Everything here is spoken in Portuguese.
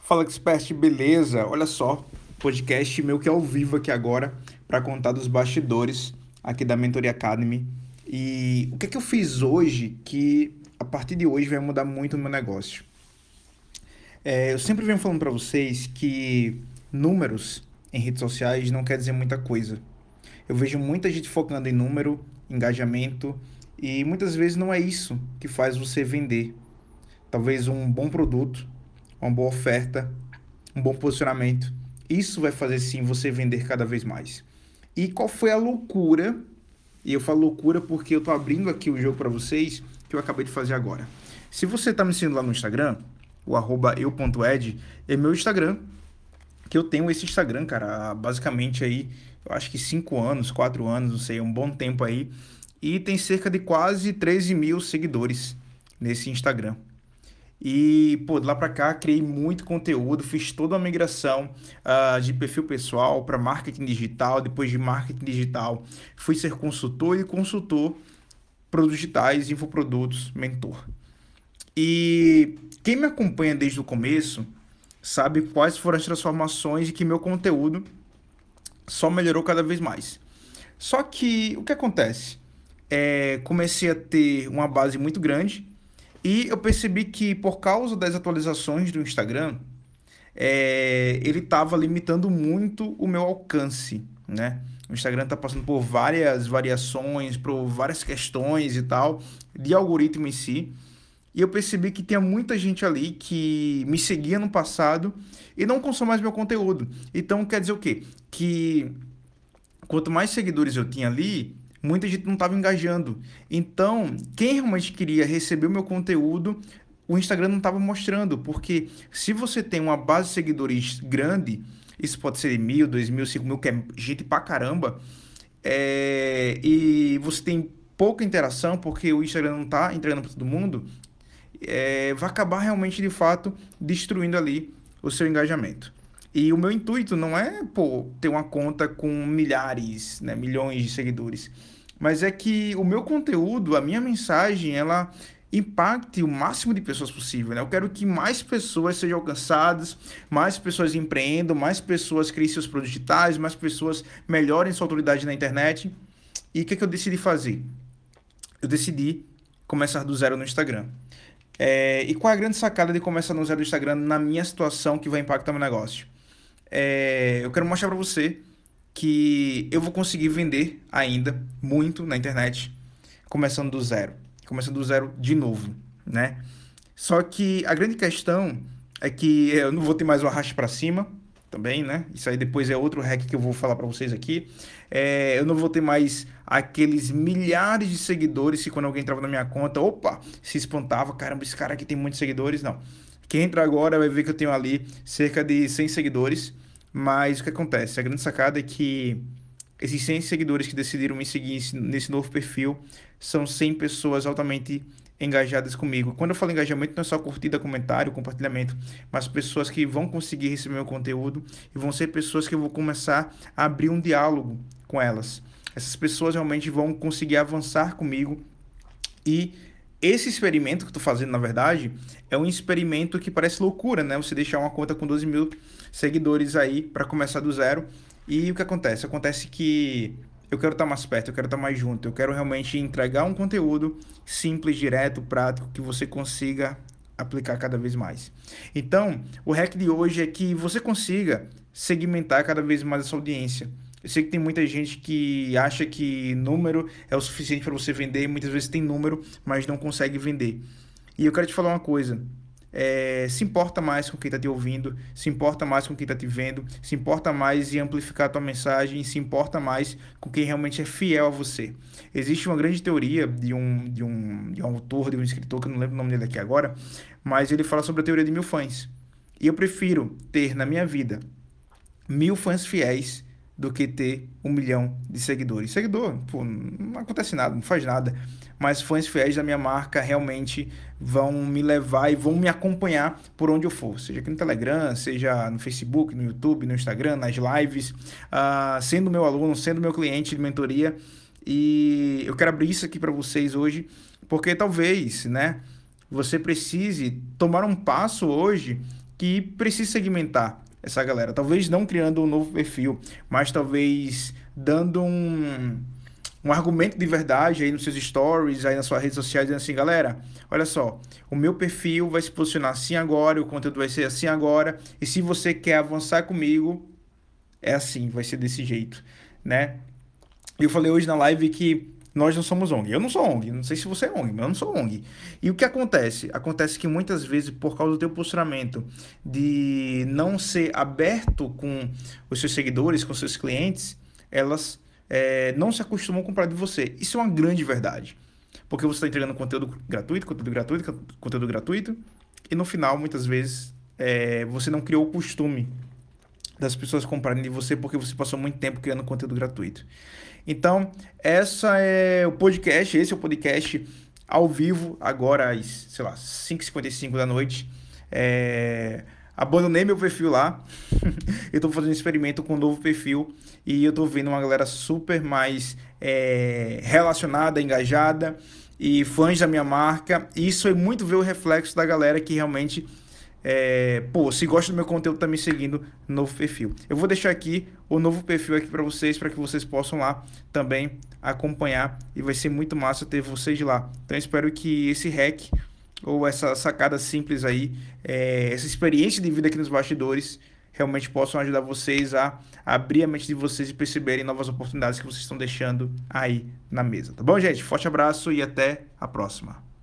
Fala Expert, beleza? Olha só, podcast meu que é ao vivo aqui agora para contar dos bastidores aqui da Mentoria Academy. E o que é que eu fiz hoje que a partir de hoje vai mudar muito o meu negócio? Eu sempre venho falando para vocês que números em redes sociais não quer dizer muita coisa. Eu vejo muita gente focando em número, engajamento e muitas vezes não é isso que faz você vender. Talvez um bom produto, uma boa oferta, um bom posicionamento. Isso vai fazer sim você vender cada vez mais. E qual foi a loucura? E eu falo loucura porque eu tô abrindo aqui o jogo para vocês que eu acabei de fazer agora. Se você tá me seguindo lá no Instagram, o @eu.ed é meu Instagram, que eu tenho esse Instagram, cara, basicamente aí, eu acho que 5 anos, 4 anos, não sei, um bom tempo aí. E tem cerca de quase 13 mil seguidores nesse Instagram. E, pô, de lá pra cá, criei muito conteúdo, fiz toda a migração de perfil pessoal para marketing digital. Depois de marketing digital, fui ser consultor e consultor, produtos digitais, infoprodutos, mentor. E quem me acompanha desde o começo sabe quais foram as transformações e que meu conteúdo só melhorou cada vez mais. Só que o que acontece? Comecei a ter uma base muito grande e eu percebi que por causa das atualizações do Instagram, ele estava limitando muito o meu alcance, né? O Instagram está passando por várias variações, por várias questões e tal, de algoritmo em si. E eu percebi que tinha muita gente ali que me seguia no passado e não consome mais meu conteúdo. Então quer dizer o quê? Que quanto mais seguidores eu tinha ali, muita gente não estava engajando. Então, quem realmente queria receber o meu conteúdo, o Instagram não estava mostrando, porque se você tem uma base de seguidores grande, isso pode ser 1.000, 2.000, 5.000, que é gente pra caramba, e você tem pouca interação, porque o Instagram não está entregando para todo mundo, vai acabar realmente, de fato, destruindo ali o seu engajamento. E o meu intuito não é, pô, ter uma conta com milhares, né, milhões de seguidores, mas é que o meu conteúdo, a minha mensagem, ela impacte o máximo de pessoas possível, né? Eu quero que mais pessoas sejam alcançadas, mais pessoas empreendam, mais pessoas criem seus produtos digitais, mais pessoas melhorem sua autoridade na internet. E o que é que eu decidi fazer? Eu decidi começar do zero no Instagram. E qual é a grande sacada de começar no zero no Instagram na minha situação que vai impactar meu negócio? Eu quero mostrar para você que eu vou conseguir vender ainda muito na internet, começando do zero de novo, né? Só que a grande questão é que eu não vou ter mais o arraste para cima também, né? Isso aí depois é outro hack que eu vou falar para vocês aqui. Eu não vou ter mais aqueles milhares de seguidores que quando alguém entrava na minha conta, opa, se espantava, caramba, esse cara aqui tem muitos seguidores. Não. Quem entra agora vai ver que eu tenho ali cerca de 100 seguidores, mas o que acontece? A grande sacada é que esses 100 seguidores que decidiram me seguir nesse novo perfil são 100 pessoas altamente engajadas comigo. Quando eu falo engajamento, não é só curtida, comentário, compartilhamento, mas pessoas que vão conseguir receber meu conteúdo e vão ser pessoas que eu vou começar a abrir um diálogo com elas. Essas pessoas realmente vão conseguir avançar comigo e esse experimento que eu tô fazendo, na verdade, é um experimento que parece loucura, né? Você deixar uma conta com 12 mil seguidores aí para começar do zero. E o que acontece? Acontece que eu quero estar mais perto, eu quero estar mais junto, eu quero realmente entregar um conteúdo simples, direto, prático, que você consiga aplicar cada vez mais. Então, o hack de hoje é que você consiga segmentar cada vez mais essa audiência. Eu sei que tem muita gente que acha que número é o suficiente para você vender, muitas vezes tem número, mas não consegue vender. E eu quero te falar uma coisa. Se importa mais com quem está te ouvindo, se importa mais com quem está te vendo, se importa mais em amplificar a tua mensagem, se importa mais com quem realmente é fiel a você. Existe uma grande teoria de um autor, de um escritor, que eu não lembro o nome dele aqui agora, mas ele fala sobre a teoria de 1.000 fãs. E eu prefiro ter na minha vida 1.000 fãs fiéis do que ter 1 milhão de seguidores. Seguidor, pô, não acontece nada, não faz nada. Mas fãs fiéis da minha marca realmente vão me levar e vão me acompanhar por onde eu for. Seja aqui no Telegram, seja no Facebook, no YouTube, no Instagram, nas lives, sendo meu aluno, sendo meu cliente de mentoria. E eu quero abrir isso aqui para vocês hoje, porque talvez, né, você precise tomar um passo hoje que precisa segmentar essa galera. Talvez não criando um novo perfil, mas talvez dando um argumento de verdade aí nos seus stories, aí nas suas redes sociais, dizendo assim, galera, olha só, o meu perfil vai se posicionar assim agora, o conteúdo vai ser assim agora, e se você quer avançar comigo, é assim, vai ser desse jeito, né? Eu falei hoje na live que nós não somos ONG. Eu não sou ONG, não sei se você é ONG, mas eu não sou ONG. E o que acontece? Acontece que muitas vezes, por causa do teu posicionamento de não ser aberto com os seus seguidores, com os seus clientes, elas não se acostumam a comprar de você. Isso é uma grande verdade. Porque você está entregando conteúdo gratuito, conteúdo gratuito, conteúdo gratuito, e no final, muitas vezes, você não criou o costume das pessoas comprarem de você porque você passou muito tempo criando conteúdo gratuito. Então, esse é o podcast ao vivo, agora às, sei lá, 5h55 da noite. Abandonei meu perfil lá. Eu estou fazendo um experimento com um novo perfil e eu estou vendo uma galera super mais relacionada, engajada e fãs da minha marca. E isso é muito ver o reflexo da galera que realmente se gosta do meu conteúdo, tá me seguindo no novo perfil. Eu vou deixar aqui o novo perfil aqui para que vocês possam lá também acompanhar e vai ser muito massa ter vocês lá. Então eu espero que esse hack ou essa sacada simples aí, essa experiência de vida aqui nos bastidores realmente possam ajudar vocês a abrir a mente de vocês e perceberem novas oportunidades que vocês estão deixando aí na mesa. Tá bom, gente? Forte abraço e até a próxima.